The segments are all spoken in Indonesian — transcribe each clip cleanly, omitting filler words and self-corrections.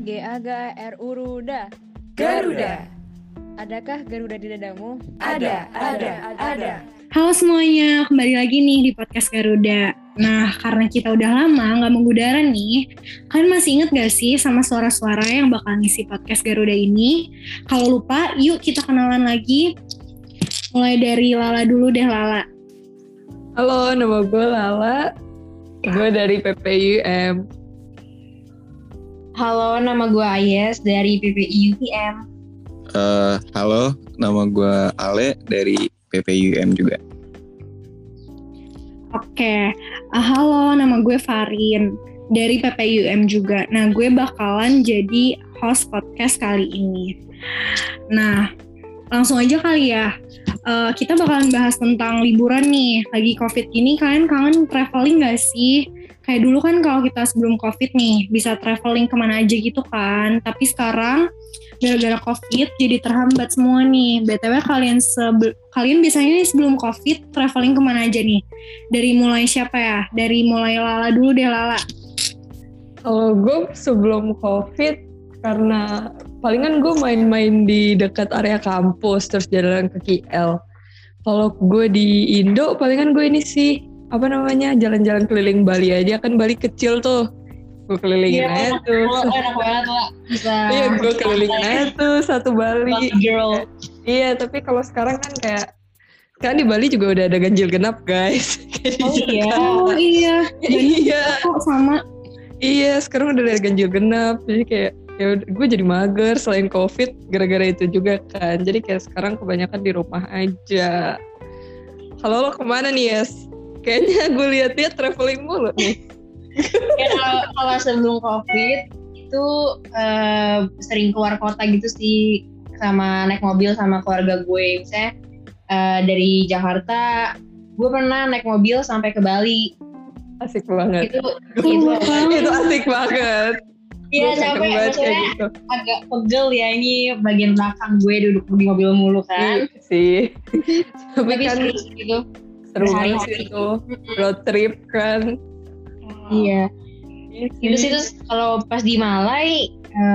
G-A-G R-U-R-U-D-A. Garuda. Adakah Garuda di dadamu? Ada. Halo semuanya, kembali lagi nih di podcast Garuda. Nah, karena kita udah lama gak mengudara nih, kalian masih inget gak sih sama suara-suara yang bakal ngisi podcast Garuda ini? Kalau lupa, yuk kita kenalan lagi. Mulai dari Lala dulu deh, Lala. Halo, nama gue Lala. Gue dari PPUM. Halo, nama gue Ayes dari PPI UTM. Halo, nama gue Ale dari PPUM juga. Oke, halo, nama gue Farin dari PPUM juga. Nah, gue bakalan jadi host podcast kali ini. Nah, langsung aja kali ya. Kita bakalan bahas tentang liburan nih. Lagi COVID gini, kalian kangen traveling gak sih? Kayak dulu kan kalau kita sebelum COVID nih, bisa traveling kemana aja gitu kan. Tapi sekarang, gara-gara COVID jadi terhambat semua nih. BTW kalian biasanya nih sebelum COVID traveling kemana aja nih? Dari mulai siapa ya? Dari mulai Lala dulu deh, Lala. Kalau gue sebelum COVID, karena palingan gue main-main di dekat area kampus, terus jalan ke KL. Kalau gue di Indo, palingan gue ini sih, jalan-jalan keliling Bali aja. Kan Bali kecil tuh. Gue kelilingin aja tuh. Enak banget lah. Iya, gue kelilingin aja tuh satu Bali. Girl. Iya, tapi kalau sekarang kan kayak di Bali juga udah ada ganjil genap, guys. Oh iya. Iya. Sama. Iya, sekarang udah ada ganjil genap. Jadi kayak ya gue jadi mager selain COVID gara-gara itu juga kan. Jadi kayak sekarang kebanyakan di rumah aja. Kalau lo kemana nih, Yes? Kayaknya gue lihat-lihat traveling mulu nih. Ya, kalau sebelum COVID itu sering keluar kota gitu sih, sama naik mobil sama keluarga gue. Misalnya dari Jakarta, gue pernah naik mobil sampai ke Bali. Asik banget. Itu asik banget. Iya, capek. Maksudnya gitu. Agak pegel ya, ini bagian belakang gue duduk di mobil mulu kan. Iya sih. Tapi kan gitu. Seru banget sih itu. Road trip kan. Iya. Itu sih, terus kalau pas di Malai,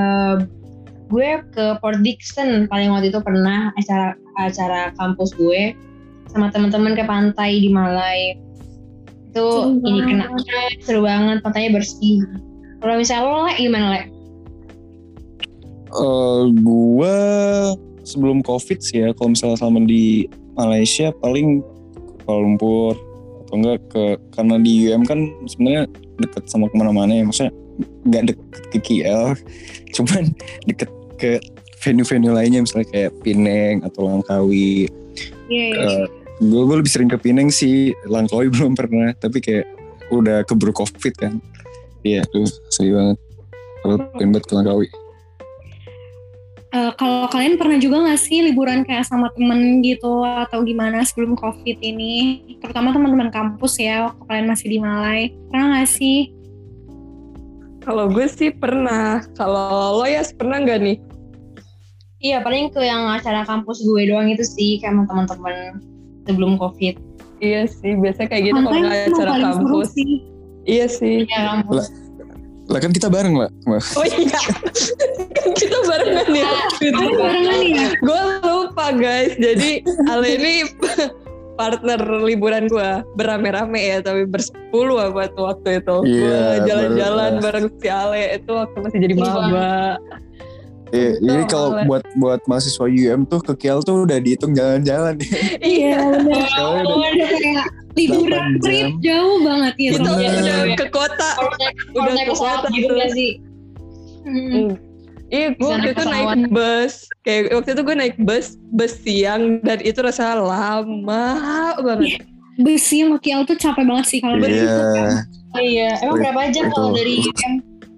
gue ke Port Dickson paling waktu itu pernah acara kampus gue sama teman-teman ke pantai di Malai. Itu seru banget, pantainya bersih. Kalau misalnya lo Le, gimana Le? Gue sebelum COVID sih ya, kalau misalnya selama di Malaysia paling Kuala Lumpur atau enggak karena di UM kan sebenarnya deket sama kemana-mana ya, maksudnya nggak deket ke KL, cuman deket ke venue-venue lainnya misalnya kayak Pineng atau Langkawi. Iya. Gue lebih sering ke Pineng sih, Langkawi belum pernah, tapi kayak udah keburu COVID kan. Iya tuh sedih banget kalau pengen banget ke Langkawi. Kalau kalian pernah juga gak sih liburan kayak sama temen gitu atau gimana sebelum COVID ini? Terutama teman-teman kampus ya, waktu kalian masih di Malai. Pernah gak sih? Kalau gue sih pernah. Kalau lo ya pernah gak nih? Iya, paling ke yang acara kampus gue doang itu sih, kayak sama teman-teman sebelum COVID. Iya sih, biasanya kayak gitu kalau nggak acara kampus. Iya sih. Iya, kampus. Lah kan kita bareng lah. Oh iya. Kan kita barengan ya. Gue lupa guys. Jadi Ale ini partner liburan gue. Berame-rame ya, tapi bersepuluh apa tuh waktu itu. Gue jalan-jalan bareng si Ale itu waktu masih jadi maba. Iya, ini kalau buat mahasiswa UM tuh ke KL tuh udah dihitung jalan-jalan. Iya, udah kayak liburan trip jauh banget ya. Kita udah ke kota. Udah ke kota gitu gak sih? Iya, gue waktu itu naik bus. Kayak waktu itu gue naik bus siang dan itu rasanya lama banget. Bus siang ke KL tuh capek banget sih kalau dari itu kan. Oh iya, emang berapa jam kalau dari UM?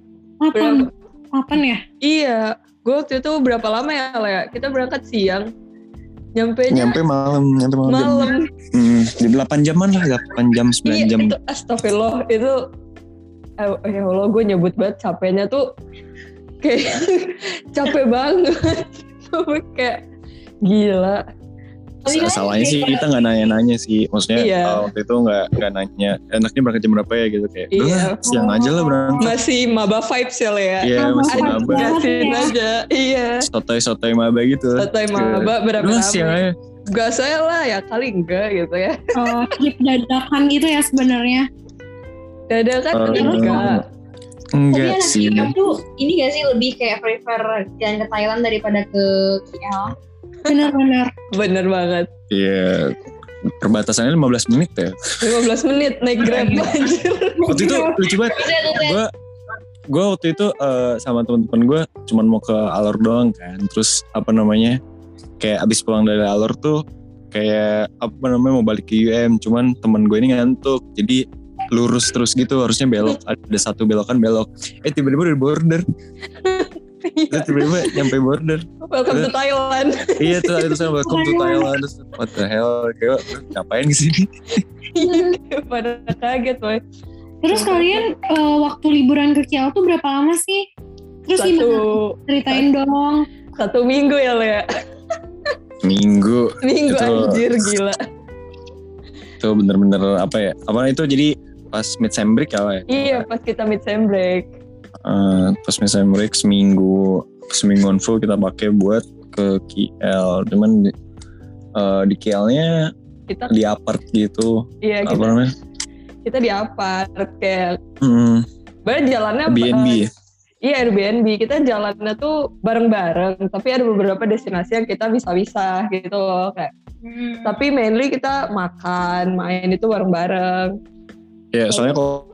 8 ya? Iya. Gue waktu itu berapa lama ya, Lea? Kita berangkat siang. Nyampe malam. Di 8 jaman lah, 8 jam, 9 jam. Itu astagfirullah, itu ya Allah, gue nyebut banget capeknya tuh kayak capek banget. Kayak gila. salahnya sih kita nggak nanya-nanya sih, maksudnya Iya. waktu itu nggak nanya enaknya berangkat jam berapa ya gitu, kayak Iya. udah siang aja lah berangkat. Masih maba vibes ya Le ya. Iya masih Maba maba, vibes. Gasin aja. Iya. sotoy maba gitu. Sotoy maba Udah siang berapa-berapa. aja. Gak saya lah ya kali enggak gitu ya. Trip dadakan gitu ya sebenarnya. Dadakan Eh, enggak. Tapi Enggak anak sih. UM tuh ini gak sih lebih kayak prefer jalan ke Thailand daripada ke KL? Bener-bener. Bener banget. Iya. Perbatasannya 15 menit ya. 15 menit naik Grab anjir. Waktu itu lucu banget. Gue waktu itu sama teman-teman gue cuman mau ke Alor doang kan. Terus kayak abis pulang dari Alor tuh kayak mau balik ke UM. Cuman teman gue ini ngantuk. Jadi lurus terus gitu, harusnya belok. Ada satu belokan belok. Tiba-tiba udah border. Terus tiba-tiba nyampe border. Welcome to Thailand. Iya tuh ada tulisan welcome to Thailand. Terus what the hell, kayak ngapain kesini? Pada kaget boy. Terus kalian waktu liburan ke KL tuh berapa lama sih? Terus gimana? Ceritain dong. 1 minggu ya Le ya. Minggu Minggu Itu- anjir gila. itu bener-bener apa ya? Apa itu jadi pas mid-sem break ya? Iya pas kita mid-sem break. Pas mid-sem break semingguan full kita pakai buat ke KL. Cuman di KL-nya Kita di apart gitu. iya Apa namanya? kita di apart kayak Bahkan jalannya Airbnb. Iya Airbnb, kita jalannya tuh bareng-bareng, tapi ada beberapa destinasi yang kita bisa-bisa gitu loh kayak. Tapi mainly kita makan, main itu bareng-bareng. Ya soalnya kalau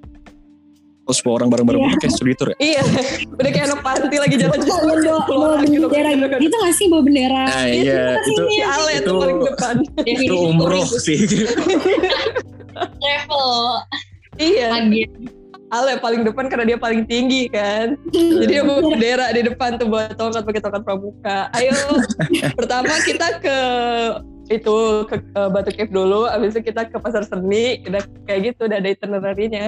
10 orang bareng-bareng itu kayak studi tour ya. Iya, udah kayak anak panti lagi jalan-jalan. Bawa bendera gitu gak sih, bawa bendera? Nah iya itu Si Ale itu tuh paling depan. itu umroh sih. Travel Iya, lagi. Ale paling depan karena dia paling tinggi kan. Jadi dia bawa bendera di depan tuh buat tongkat, pakai tongkat pramuka. Ayo, pertama kita ke Batu Cave dulu, abis itu kita ke Pasar Seni, udah kayak gitu, udah ada itinerary-nya.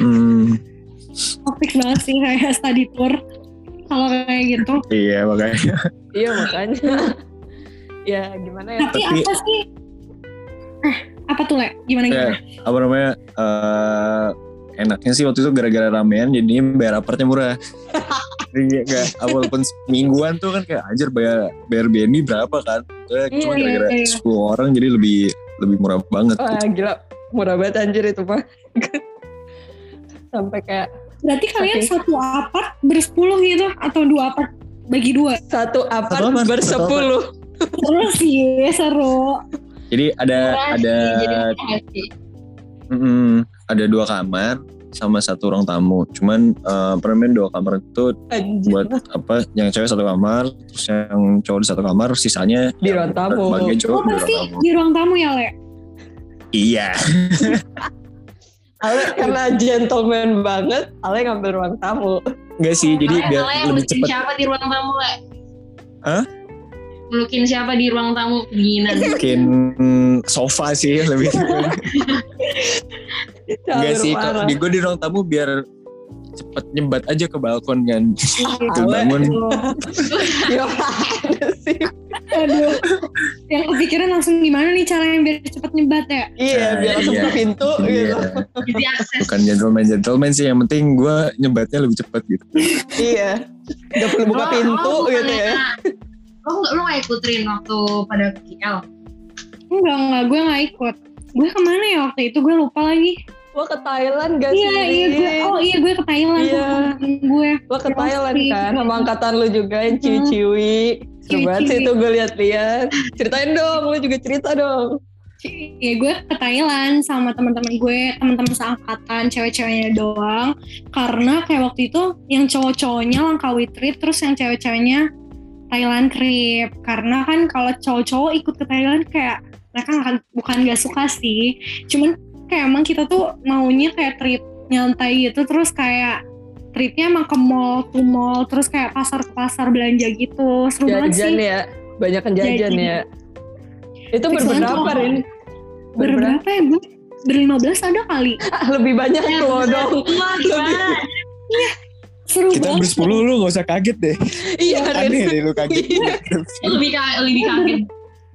Topik banget sih kayak study tour. Kalau kayak gitu. Iya makanya. Iya makanya. Ya gimana ya? Tapi Tapi- apa sih? Apa tuh Le? Gimana? Apa namanya? Enaknya sih waktu itu gara-gara ramean jadinya bayar apartnya murah. Jadi kayak walaupun mingguan tuh kan kayak anjir bayar Airbnb berapa kan? Cuma Iya, gara-gara iya. 10 orang jadi lebih murah banget. Wah gila, murah banget anjir itu mah. Sampai kayak Berarti kalian Oke. satu apart bersepuluh gitu atau 2 apart bagi 2? satu apart Satu apart, bersepuluh. Terus sih seru. Jadi ada ada 2 kamar sama 1 ruang tamu. Cuman permen 2 kamar itu Anjir. buat apa? Yang cewek 1 kamar, terus yang cowok di 1 kamar, sisanya Di ruang tamu. Bagian cowok Oh di ruang pasti tamu. di ruang tamu ya Le? Iya. Ale karena gentleman banget, Ale ngambil ruang tamu. Enggak sih, jadi biar yang lebih melukin cepat. siapa di ruang tamu, Le? Hah? Melukin siapa di ruang tamu? Dinginan. Mungkin sofa sih lebih. Enggak sih, Parah. gue di ruang tamu biar cepet nyebat aja ke balkon kan. Tuh Ale. bangun. Gimana sih? Aduh. Yang kepikiran langsung gimana nih caranya biar cepet nyebat ya? Iya, biar langsung Iya. ke pintu gitu. Iya. Jadi akses. Bukan gentleman sih, yang penting gue nyebatnya lebih cepet gitu. Iya. Gak perlu buka pintu gitu ya. Lo gak ikut Rin waktu pada KL? Enggak, gue gak ikut. Gue kemana ya waktu itu? Gue lupa lagi. Lo ke Thailand gak sih? Iya gue ke Thailand. Iya. Gue. Lo ke Thailand kan, sama angkatan lo juga yang ciwi-ciwi. Seru banget sih Ciwi-ciwi. itu gue lihat-lihat. Ceritain dong, lo juga cerita dong. Ya gue ke Thailand sama teman-teman gue, teman-teman seangkatan, cewek-ceweknya doang. Karena kayak waktu itu yang cowok-cowoknya Langkawi trip, terus yang cewek-ceweknya Thailand trip. Karena kan kalau cowok-cowok ikut ke Thailand kayak mereka bukan gak suka sih, cuman kayak emang kita tuh maunya kayak trip nyantai gitu, terus kayak tripnya emang ke mall, to mall, terus kayak pasar ke pasar belanja gitu. Seru banget sih. Jajan ya, banyakan jajan Jajan. ya. Itu Fix berberapa banget. Rin? Berberapa ya gue? Ber-15 ada kali. Lebih banyak lo dong. Gimana? Seru Kita banget. bersepuluh lu gak usah kaget deh. Iya Rin. Aneh deh lu kaget. Lebih kaget.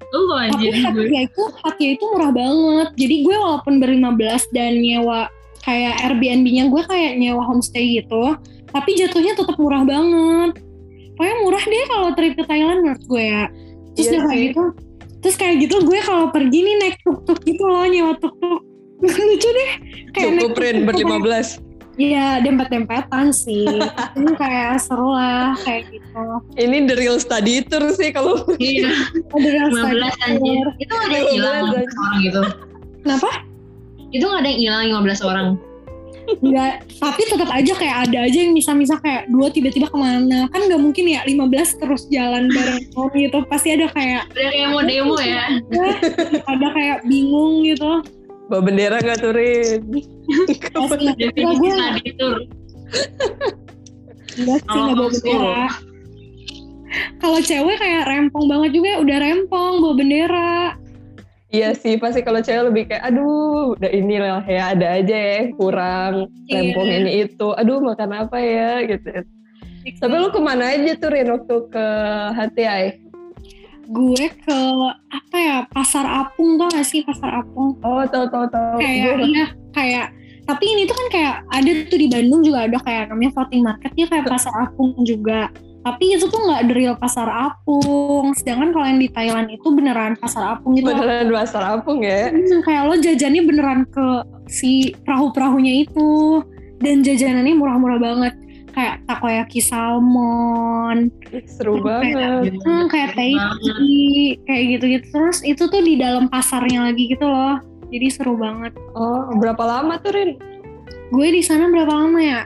Tapi Hatia itu murah banget. Jadi gue walaupun ber-15 dan nyewa kayak Airbnb-nya gue kayak nyewa homestay gitu, tapi jatuhnya tetap murah banget. Pokoknya murah deh kalau trip ke Thailand menurut gue ya. Terus kayak gitu gue kalau pergi nih naik tuk-tuk gitu loh, nyewa tuk-tuk. Lucu deh. Kayak cukup Rin ber-15. Iya, dempet-dempetan sih. Ini kayak seru lah kayak gitu. Ini the real study tour sih kalau. Iya. The real 15 anjir. Itu gak ada yang hilang 15 orang gitu. Kenapa? Itu gak ada yang hilang 15 orang. Enggak, tapi tetap aja kayak ada aja yang misah-misah kayak 2 tiba-tiba kemana. Kan gak mungkin ya 15 terus jalan bareng gitu. Pasti ada kayak mau demo ya. Ada kayak bingung gitu. Bawa bendera gak tuh Rin? Definisi study tour. Enggak sih, gak bawa bendera. Kalau cewek kayak rempong banget juga, udah rempong bawa bendera. Iya sih, pasti kalau cewek lebih kayak aduh udah inilah ya, ada aja ya kurang rempong ini itu. Aduh makan apa ya gitu. Tapi lu kemana aja tuh Rin waktu ke Hatiai? Gue ke apa ya, Pasar Apung, tau gak sih Pasar Apung? Oh tahu. Kayak tapi ini tuh kan kayak ada tuh di Bandung juga ada kayak namanya floating marketnya kayak Pasar Apung juga. Tapi itu tuh nggak the real Pasar Apung. Sedangkan kalau yang di Thailand itu beneran Pasar Apung gitu. Beneran Pasar Apung ya? Kayak lo jajannya beneran ke si perahu-perahunya itu. Dan jajanannya murah-murah banget. Kayak takoyaki salmon. Seru banget. Kayak taichi. Kayak gitu-gitu. Terus itu tuh di dalam pasarnya lagi gitu loh. Jadi seru banget. Oh, berapa lama tuh Rin? Gue di sana berapa lama ya?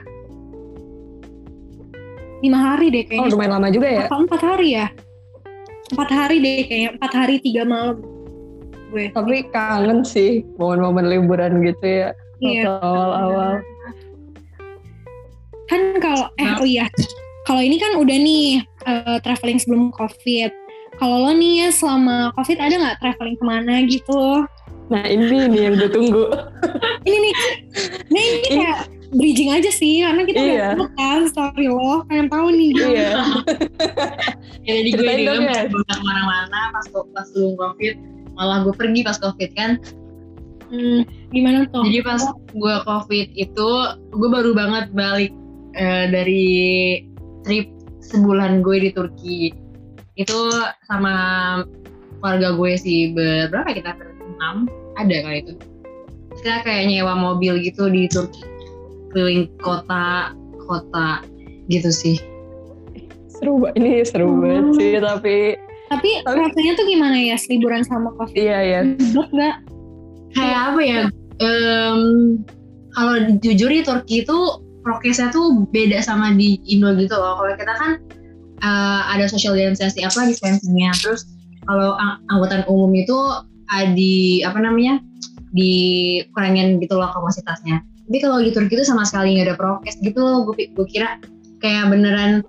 5 hari deh kayaknya. Oh lumayan lama juga ya? 4 hari ya? 4 hari deh kayaknya, 4 hari 3 malam gue. Tapi kangen sih momen-momen liburan gitu ya. Iya. Awal-awal. Kan kalau kalau ini kan udah nih traveling sebelum COVID. Kalau lo nih ya selama COVID ada nggak traveling kemana gitu? Nah ini nih yang gue tunggu. ini kayak bridging aja sih, karena kita udah tahu kan story lo, pengen tahu nih. Iya. Ya, jadi gue juga bisa kemana-mana pas sebelum COVID. Malah gue pergi pas COVID kan. Gimana tuh? Jadi pas gue COVID itu, gue baru banget balik dari trip sebulan gue di Turki. Itu sama keluarga gue sih, berapa kita? 6? Ada kali itu. Kita kayak nyewa mobil gitu di Turki. Keliling kota gitu sih. Seru banget sih tapi rasanya tuh gimana ya liburan sama COVID? Iya. Ribet nggak? Kayak apa ya? Kalau jujur di Turki itu prokesnya tuh beda sama di Indo gitu loh. Kalau kita kan ada social distancing distancingnya. Terus kalau angkutan umum itu dikurangin gitu loh kapasitasnya. Tapi kalau di Turki itu sama sekali nggak ada prokes gitu loh. Gue kira kayak beneran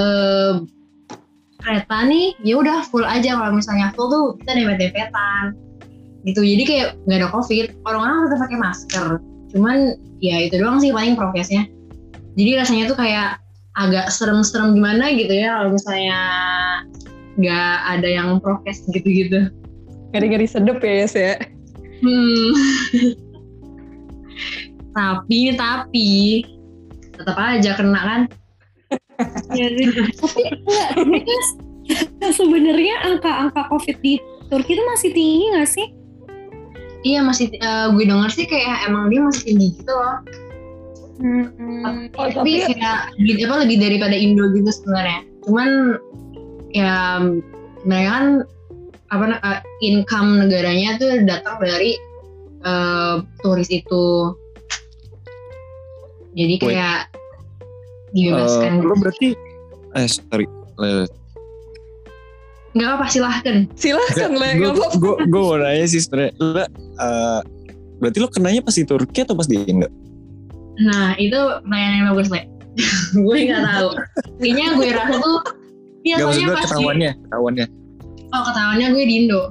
kereta nih ya udah full aja. Kalau misalnya full tuh kita dempet-dempetan gitu. Jadi kayak nggak ada COVID. Orang-orang tetap pakai masker. Cuman ya itu doang sih paling prokesnya. Jadi rasanya tuh kayak agak serem-serem gimana gitu ya kalau misalnya nggak ada yang prokes gitu-gitu. Ngeri-ngeri sedep ya Yes ya. Tapi tetap aja kena kan. Ya, tapi enggak sebenarnya angka COVID di Turki itu masih tinggi nggak sih? Iya masih, gue denger sih kayak emang dia masih tinggi gitu loh. Tapi kayak lebih daripada Indo gitu sebenarnya. Cuman ya mereka kan income negaranya tuh datang dari turis itu. Jadi kayak dibebaskan. Lo berarti sorry. Nggak apa-apa, silahkan Le. Gue mau nanya sih sebenarnya. Berarti lo kenanya pas di Turki atau pas di Indo? Nah itu pertanyaan yang bagus Le. Gue nggak tahu. Kayaknya gue rasa tuh. Iya soalnya pas ketahuannya. Oh ketahuannya gue di Indo.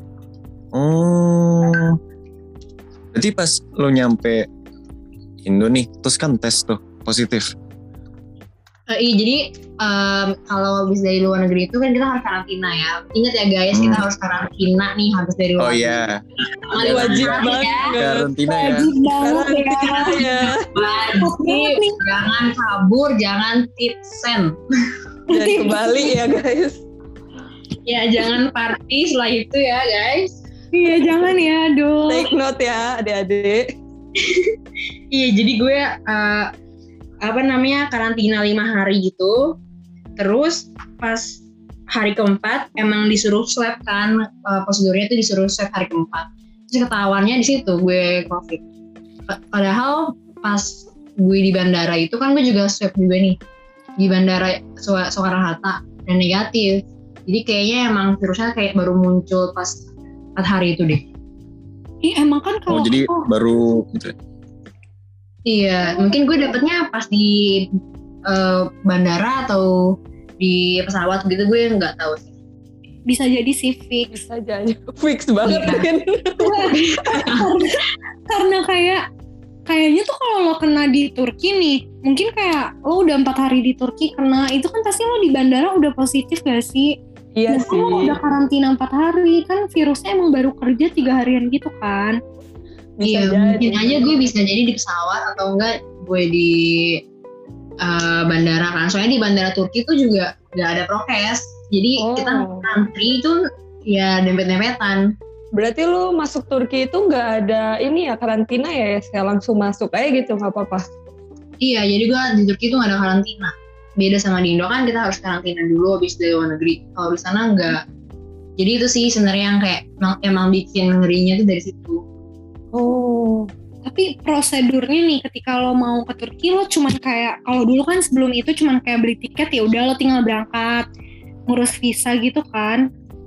Oh. Berarti pas lo nyampe Indo nih, terus kan tes tuh positif. Iya, jadi kalau habis dari luar negeri itu kan kita harus karantina ya. Ingat ya guys, kita harus karantina nih habis dari luar negeri. Wajib banget. Karantina ya. Wajib banget ya. Wajib, jangan kabur, jangan tipsen. Dan kembali ya guys. Ya jangan party setelah itu ya guys. Iya jangan ya, aduh. Take note ya adik-adik. Iya, jadi gue karantina 5 hari gitu. Terus pas hari keempat emang disuruh swab kan, prosedurnya itu disuruh swab hari keempat. Terus ketahuannya di situ gue COVID. Padahal pas gue di bandara itu kan gue juga swab juga nih di bandara Soekarno-Hatta dan negatif. Jadi kayaknya emang virusnya kayak baru muncul pas 4 hari itu deh. Iya emang kan kalau jadi baru gitu. Iya, mungkin gue dapetnya pas di bandara atau di pesawat gitu, gue nggak tahu sih. bisa jadi sih fix. Bisa jadi fix banget kan. Karena kayaknya tuh kalau lo kena di Turki nih, mungkin kayak lo udah 4 hari di Turki kena, itu kan pasti lo di bandara udah positif gak sih? Iya sih. Lo udah karantina 4 hari, kan virusnya emang baru kerja 3 harian gitu kan? Bisa Iya, jadi. mungkin aja gue bisa jadi di pesawat atau enggak gue di bandara kan. Soalnya di bandara Turki tuh juga gak ada prokes. Jadi kita antri itu ya dempet-dempetan. Berarti lu masuk Turki itu nggak ada ini ya karantina ya, kayak langsung masuk aja gitu, nggak apa-apa? Iya, jadi gue di Turki tuh gak ada karantina. Beda sama di Indo kan kita harus karantina dulu habis dari luar negeri. Kalau di sana enggak. Jadi itu sih sebenarnya yang kayak emang bikin ngerinya tuh dari situ. Oh. Tapi prosedurnya nih ketika lo mau ke Turki, lo cuman kayak, kalau dulu kan sebelum itu cuman kayak beli tiket, ya udah lo tinggal berangkat, ngurus visa gitu kan?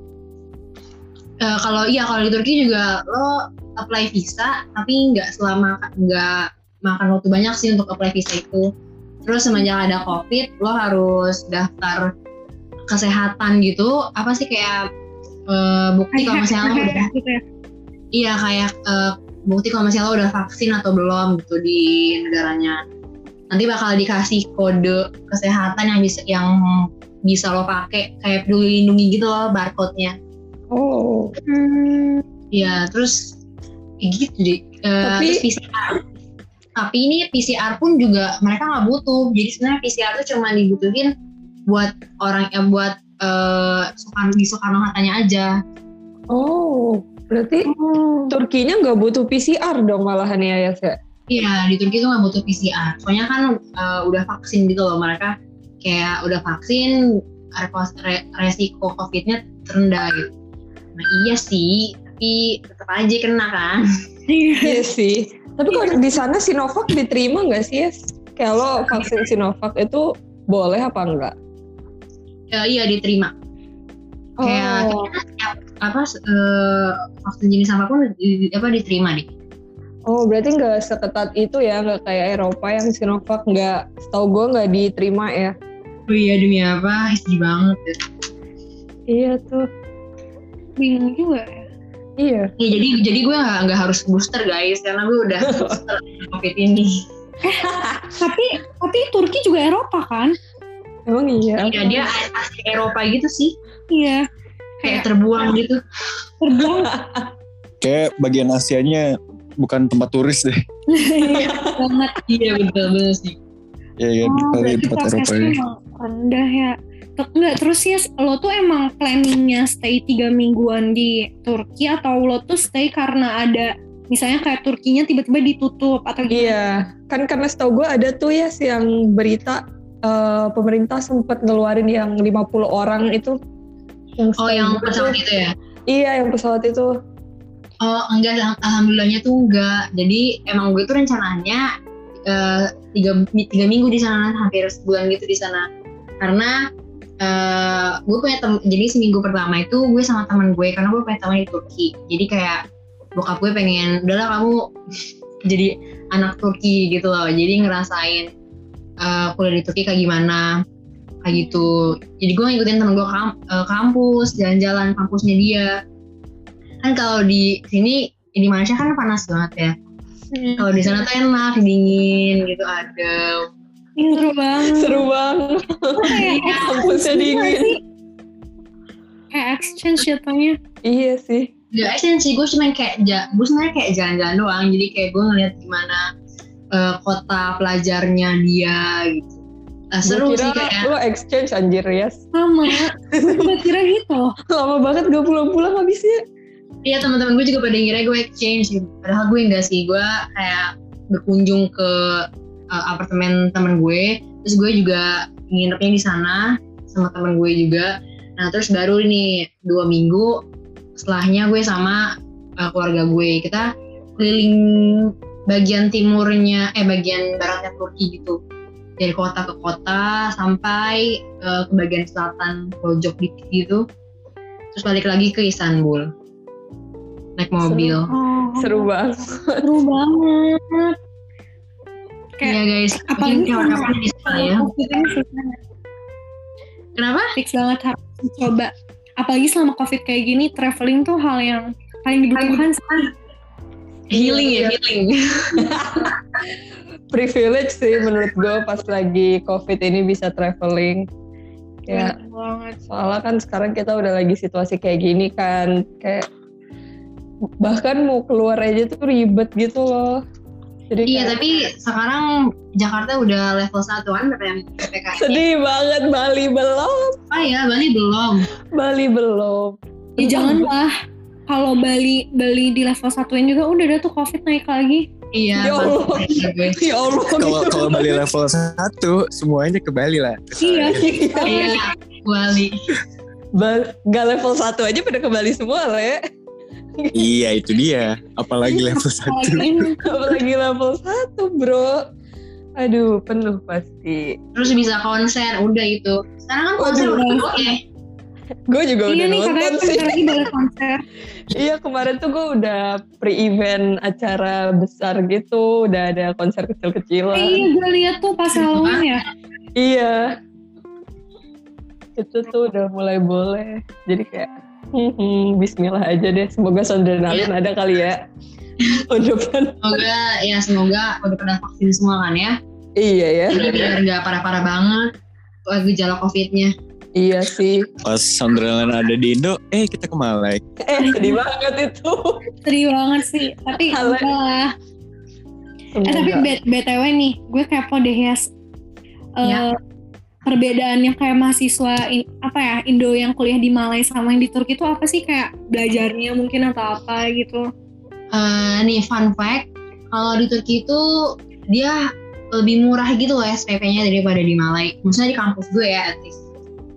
Kalau di Turki juga lo apply visa, tapi nggak makan waktu banyak sih untuk apply visa itu. Terus semenjak ada COVID, lo harus daftar kesehatan gitu. Apa sih kayak bukti kalau misalnya lo udah gitu ya? Iya kayak bukti kalau misalnya lo udah vaksin atau belum gitu di negaranya. Nanti bakal dikasih kode kesehatan yang bisa lo pakai kayak Peduli Lindungi gitu loh, barcode-nya. Oh. Ya, terus gitu deh. Terus PCR. Tapi ini PCR pun juga mereka nggak butuh. Jadi sebenarnya PCR itu cuma dibutuhin buat orang buat di Soekarno-Hattanya aja. Oh, berarti Turkinya nggak butuh PCR dong malahan ya ya? Iya, di Turki itu nggak butuh PCR. Soalnya kan udah vaksin gitu loh, mereka kayak udah vaksin, resiko COVID-nya rendah gitu. Nah iya sih, tapi tetap aja kena kan. Iya sih. Tapi kalau di sana Sinovac diterima nggak sih ya? Kayak lo vaksin Sinovac itu boleh apa enggak? Iya diterima. Kayak vaksin jenis apapun diterima deh. Oh berarti nggak seketat itu ya, nggak kayak Eropa yang Sinovac nggak, setahu gue nggak diterima ya? Oh iya, demi apa? Sedih banget ya. Iya tuh. Bingung juga ya. Iya. Ya, jadi gue nggak harus booster guys, karena gue udah booster COVID ini. Tapi Turki juga Eropa kan? Emang iya? Iya, dia asli Eropa gitu sih. Iya. Kayak terbuang gitu. Terbuang. Kayak bagian Asianya bukan tempat turis deh. Iya banget. Iya betul sih. Iya kan, Berarti tempat Eropa prosesnya ya. emang rendah ya. Enggak, terus ya lo tuh emang planningnya stay 3 mingguan di Turki, atau lo tuh stay karena ada misalnya kayak Turkinya tiba-tiba ditutup atau gimana? Iya, kan karena setahu gue ada tuh ya yang berita pemerintah sempat ngeluarin yang 50 orang itu. Yang pesawat itu ya? Iya, yang pesawat itu. Oh enggak, alhamdulillahnya tuh enggak. Jadi emang gue tuh rencananya 3 minggu di sana, hampir sebulan gitu di sana. Karena gue punya jadi seminggu pertama itu gue sama teman gue, karena gue punya teman di Turki. Jadi kayak bokap gue pengen, udahlah kamu jadi anak Turki gitu loh. Jadi ngerasain kuliah di Turki kayak gimana, kayak gitu. Jadi gue ngikutin temen gue kampus, jalan-jalan kampusnya dia. Kan kalau di sini di Malaysia kan panas banget ya. Kalau di sana tuh enak, dingin gitu, adem. Ih, seru banget. Seru banget. Kayak Kampusnya dingin. kayak exchange jatuhnya. Iya sih. Gak action sih, gue cuman kayak gue sebenarnya kayak jalan-jalan doang. Jadi kayak gue ngeliat gimana kota pelajarnya dia gitu. Seru sih kayak. Lo exchange anjir ya. Sama. Gue kira gitu. Lama banget gak pulang-pulang habisnya. Iya, teman-teman gue juga pada ngira gue exchange gitu. Padahal gue enggak sih, gue kayak berkunjung ke apartemen teman gue. Terus gue juga nginepnya di sana sama teman gue juga. Nah terus baru ini 2 minggu setelahnya gue sama keluarga gue, kita keliling bagian timurnya, bagian baratnya Turki gitu, dari kota ke kota sampai ke bagian selatan pojok dikit gitu, terus balik lagi ke Istanbul naik mobil. Seru banget. Seru banget. Iya guys, apalagi mungkin kapan-kapan di sana ya. Kenapa? Fix banget harus coba. Apalagi selama COVID kayak gini, traveling tuh hal yang paling dibutuhkan sih. Healing ya, healing. Privilege sih menurut gue pas lagi COVID ini bisa traveling. Ya, soalnya kan sekarang kita udah lagi situasi kayak gini kan, kayak bahkan mau keluar aja tuh ribet gitu loh. Jadi iya, tapi sekarang Jakarta udah level 1-an PPKM. Sedih banget, Bali belum. Oh iya, Bali belum. Bali belum. Ya janganlah. Kalau Bali di level 1-in juga udah ada tuh COVID naik lagi. Iya. Ya Allah. Ya Allah. Kalau Bali level 1 semuanya ke Bali lah. Iya. Iya, Bali. Gak level 1 aja pada ke Bali semua lah ya. Iya itu dia. Apalagi level 1. Apalagi level 1 bro. Aduh penuh pasti. Terus bisa konser, udah itu. Sekarang kan konser udah oke. Gue juga udah nih, nonton sih. Iya nih katanya konser. Iya kemarin tuh gue udah pre-event acara besar gitu. Udah ada konser kecil-kecilan. Iya gue lihat tuh pas Halloween ya. Iya. Itu tuh udah mulai boleh. Jadi kayak bismillah aja deh. Semoga Sondrenalin ada kali ya. Semoga udah pada vaksin semua kan ya. Iya ya. Jadi biar gak parah-parah banget gejala COVID-nya. Iya sih. Pas Sondrenalin ada di Indo, kita ke Malai. Sedih banget itu. Sedih banget sih. Tapi enggak lah. Tapi BTW nih, gue kepo deh ya. Perbedaannya kayak mahasiswa Indo yang kuliah di Malai sama yang di Turki itu apa sih, kayak belajarnya mungkin atau apa gitu? Nih fun fact, kalau di Turki itu dia lebih murah gitu loh SPP-nya daripada di Malai. Maksudnya di kampus gue ya at least.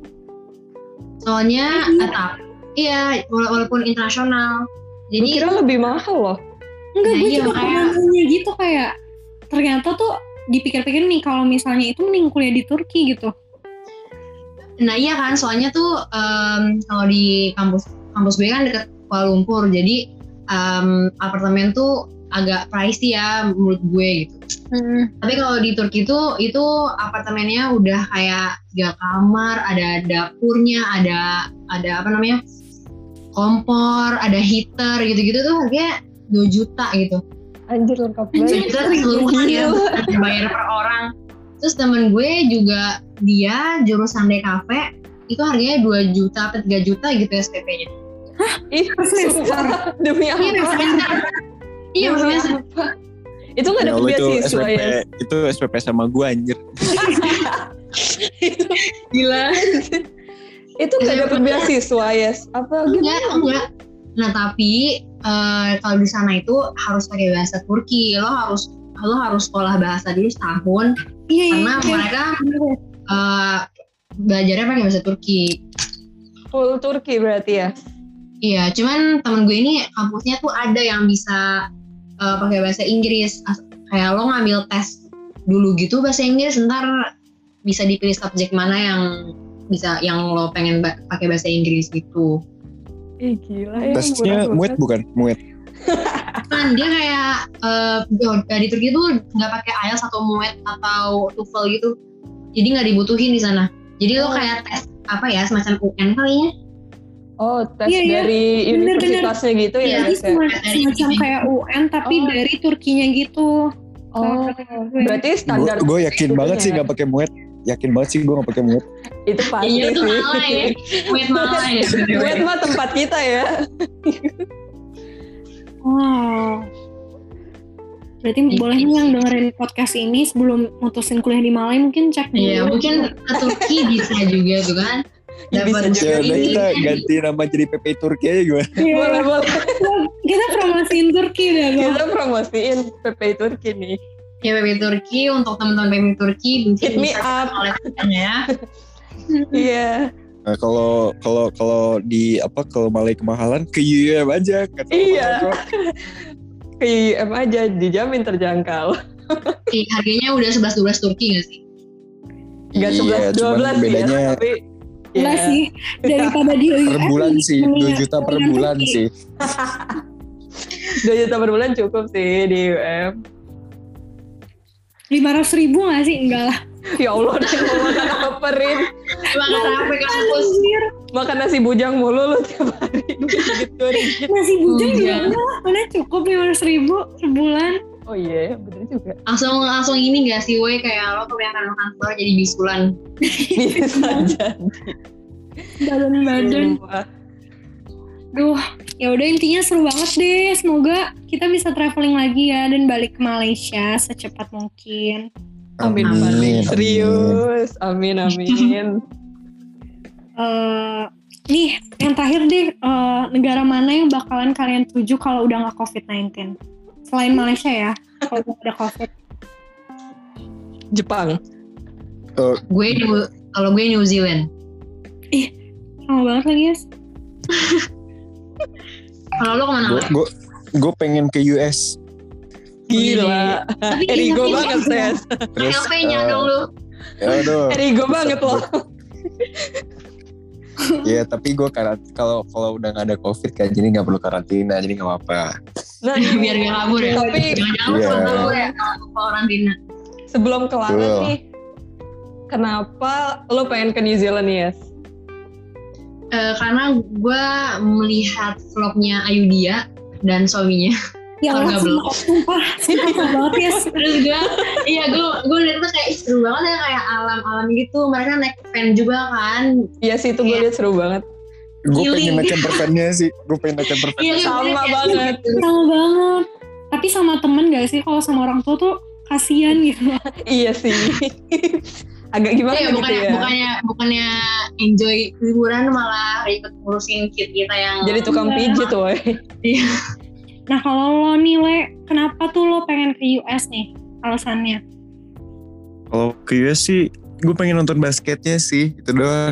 Soalnya walaupun internasional. Jadi kira lebih mahal loh. Enggak, gue juga pernah gitu kayak ternyata tuh dipikir-pikir nih kalau misalnya itu mending kuliah di Turki gitu. Nah iya kan, soalnya tuh kalau di kampus gue kan deket Kuala Lumpur, jadi apartemen tuh agak pricey ya menurut gue gitu. Tapi kalau di Turki tuh itu apartemennya udah kayak 3 kamar, ada dapurnya, ada kompor, ada heater gitu-gitu tuh harganya 2 juta gitu. Anjir lengkap banget. Itu keseluruhan ya, bayar per orang. Terus temen gue juga dia jurusan DKV, itu harganya 2 juta atau 3 juta gitu SPP-nya. Hah? Demi apa? Iya maksudnya. Itu gak dapet beasiswa ya? Itu SPP sama gue anjir. Gila. Itu gak dapet beasiswa ya? Apa gitu? Enggak. Nah tapi kalau di sana itu harus pakai bahasa Turki. Lo harus sekolah bahasa dulu setahun. Karena mereka belajarnya pakai bahasa Turki. Full Turki berarti ya? Iya, cuman temen gue ini kampusnya tuh ada yang bisa pakai bahasa Inggris. Kayak lo ngambil tes dulu gitu bahasa Inggris, ntar bisa dipilih subjek mana yang lo pengen pakai bahasa Inggris gitu. Gila ya. Tesnya muet bukan? Muet. Kan dia kayak di Turki tuh nggak pakai IELTS atau muet atau TOEFL gitu. Jadi nggak dibutuhin di sana. Jadi lo kayak tes semacam UN kali ya. Oh, tes dari universitasnya gitu ya? Jadi semacam kayak UN tapi dari Turkinya gitu. Oh, berarti standar. Gue yakin banget sih itunya. nggak pakai muet. Yakin banget sih gue nggak pakai muet. Itu pasti Iya tuh sih. malah ya. Wait malah ya. Buat mah tempat kita ya. Wow. Berarti boleh nih yang dengerin podcast ini sebelum mutusin kuliah di Malai mungkin cek dulu. Iya mungkin ke Turki bisa juga tuh kan. Bisa Dapat juga. Ya udah kita ganti nama jadi PPI Turki aja gimana? Boleh, boleh. Kita promosiin Turki deh. Kita promosiin PPI Turki nih. ya PPI Turki untuk teman-teman PPI Turki mungkin Hit me bisa up. oleh ya. Iya. Nah, kalau di kalau Malai kemahalan ke UM aja kata Iya. orang tua. Ke UM aja dijamin terjangkau. Harganya udah 11-12 Turki gak sih? Enggak Iya, 11 cuman 12 sih bedanya ya, tapi Enggak ya. sih, daripada di per bulan sih, 2 juta per Dengan bulan Turki. sih. 2 juta per bulan cukup sih di UM. 500.000 gak sih? Enggak lah. Ya Allah, Rin, mau makan apa, Rin? Emang gak sampai kampus. Makan nasi bujang mulu lu tiap hari. Duit segitu, Rin. Nasi bujang juga Enggak. enggak lah. Mana cukup 500.000 sebulan. Oh iya, bener juga. Langsung ini gak sih we kayak lo kebanyakan makan telur jadi bisulan. Bisa jadi. Badan-badan. Sumpah. Duh, ya udah intinya seru banget deh. Semoga kita bisa traveling lagi ya dan balik ke Malaysia secepat mungkin. Amin, Amin. serius. Amin, amin. Nih, yang terakhir deh, negara mana yang bakalan kalian tuju kalau udah nggak COVID-19? Selain Malaysia ya, kalau udah ada COVID. Jepang. Kalau gue New Zealand. Sama banget lagi, Yes. Kalau lo kemana? Le? Gue pengen ke US. Gila. Tapi Erigo tapi- banget, Ses. Terus LP-nya dong lu. ya aduh. Erigo banget loh. Ya tapi gue kalau udah nggak ada COVID kan jadi nggak perlu karantina jadi nggak apa-apa. Nah, Biar gak kabur ya. Tapi Jangan-jangan Iya. lo kabur ya kalau karantina. sebelum kelar Betul. nih, kenapa lo pengen ke New Zealand nih, Yes? Karena gue melihat vlognya Ayudhya dan suaminya. Ya Allah, Keluarga belum. sumpah banget, Yes. Terus gue liat tuh kayak seru banget ya kayak alam-alam gitu. Mereka naik van juga kan. Iya sih, itu gue Iya. liat seru banget. Gue Healing. pengen naik campervan-nya sih. Gue pengen naik campervan. Iya, Sama banget. Sama banget. Tapi sama temen gak sih? Kalau sama orang tua tuh kasihan gitu. Iya sih. Agak gimana Iya, gitu ya. bukannya enjoy liburan malah ikut ngurusin kid kita yang Jadi tukang Iya. pijit, woy. Nah kalau lo nih, Le, kenapa tuh lo pengen ke US nih alasannya? Kalau ke US sih gue pengen nonton basketnya sih itu doang.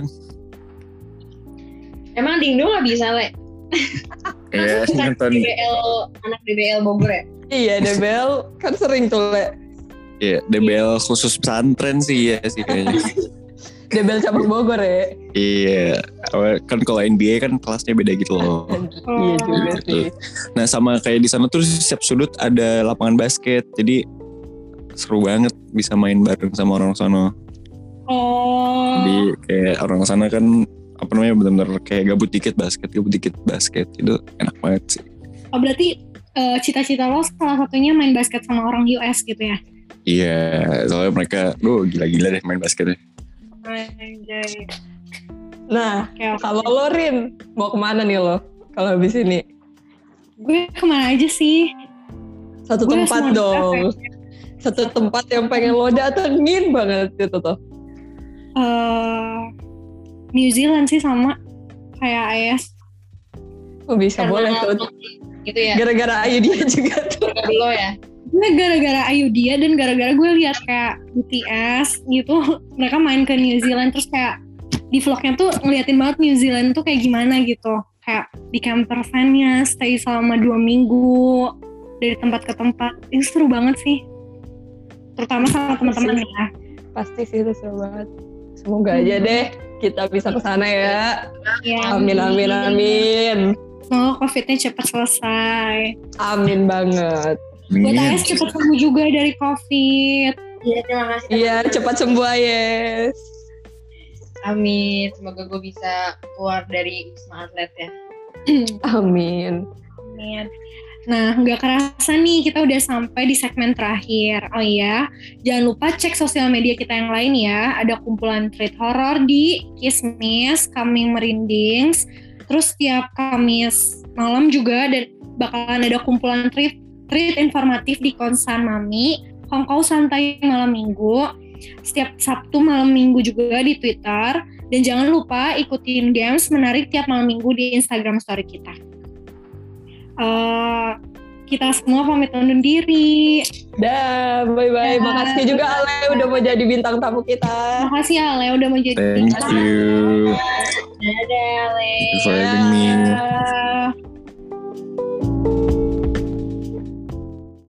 Emang Dingdo gak bisa, Le? Iya nonton. Anak DBL Bogor ya? Iya, Debel kan sering tuh, Le. Iya DBL khusus pesantren sih ya sih kayaknya. Debel cabang Bogor ya. Iya kan kalau NBA kan kelasnya beda gitu loh. Iya juga sih. Nah sama kayak di sana tuh setiap sudut ada lapangan basket jadi seru banget bisa main bareng sama orang sana. Oh, Jadi kayak orang sana kan apa namanya benar-benar kayak gabut dikit basket itu enak banget sih. oh berarti cita-cita lo salah satunya main basket sama orang US gitu ya? Iya soalnya mereka gila-gila deh main basketnya. Anjay. Nah, Oke. kalau lo, Rin, mau kemana nih lo? Kalau habis ini? Gue kemana aja sih? Satu Gue tempat semua dong. Satu tempat yang pengen lo datengin banget itu tuh. New Zealand sih sama kayak AS. Oh bisa, boleh tuh. Gitu ya? Gara-gara Ayu dia juga tuh. Lo ya? Gue gara-gara Ayudhya dan gara-gara gue lihat kayak BTS gitu, mereka main ke New Zealand terus kayak di vlognya tuh ngeliatin banget New Zealand tuh kayak gimana gitu, kayak di camper van-nya stay selama 2 minggu dari tempat ke tempat. Itu seru banget sih, terutama sama teman-teman ya. Pasti sih itu seru banget. Semoga aja deh kita bisa kesana ya. Ya, Amin, amin, amin. semoga COVID-nya cepat selesai. Amin banget. Buat AS cepat sembuh juga dari COVID. Iya, terima kasih. Iya, cepat sembuh, Yes. Amin. Semoga gue bisa keluar dari Wisma Atlet ya. Amin. Amin. Nah, nggak kerasa nih kita udah sampai di segmen terakhir. Oh iya, jangan lupa cek sosial media kita yang lain ya. Ada kumpulan treat horor di Kismis, Coming Merindings. Terus tiap Kamis malam juga bakalan ada kumpulan treat informatif di Konsan Mami, Hongkong Santai malam minggu. Setiap Sabtu malam minggu juga di Twitter. Dan jangan lupa ikutin games menarik tiap malam minggu di Instagram story kita. Kita semua pamit undur diri. Dah, bye-bye. Makasih juga Ale udah mau jadi bintang tamu kita. Makasih Ale udah mau jadi Thank you. Dadah, Ale. Thank you for having me.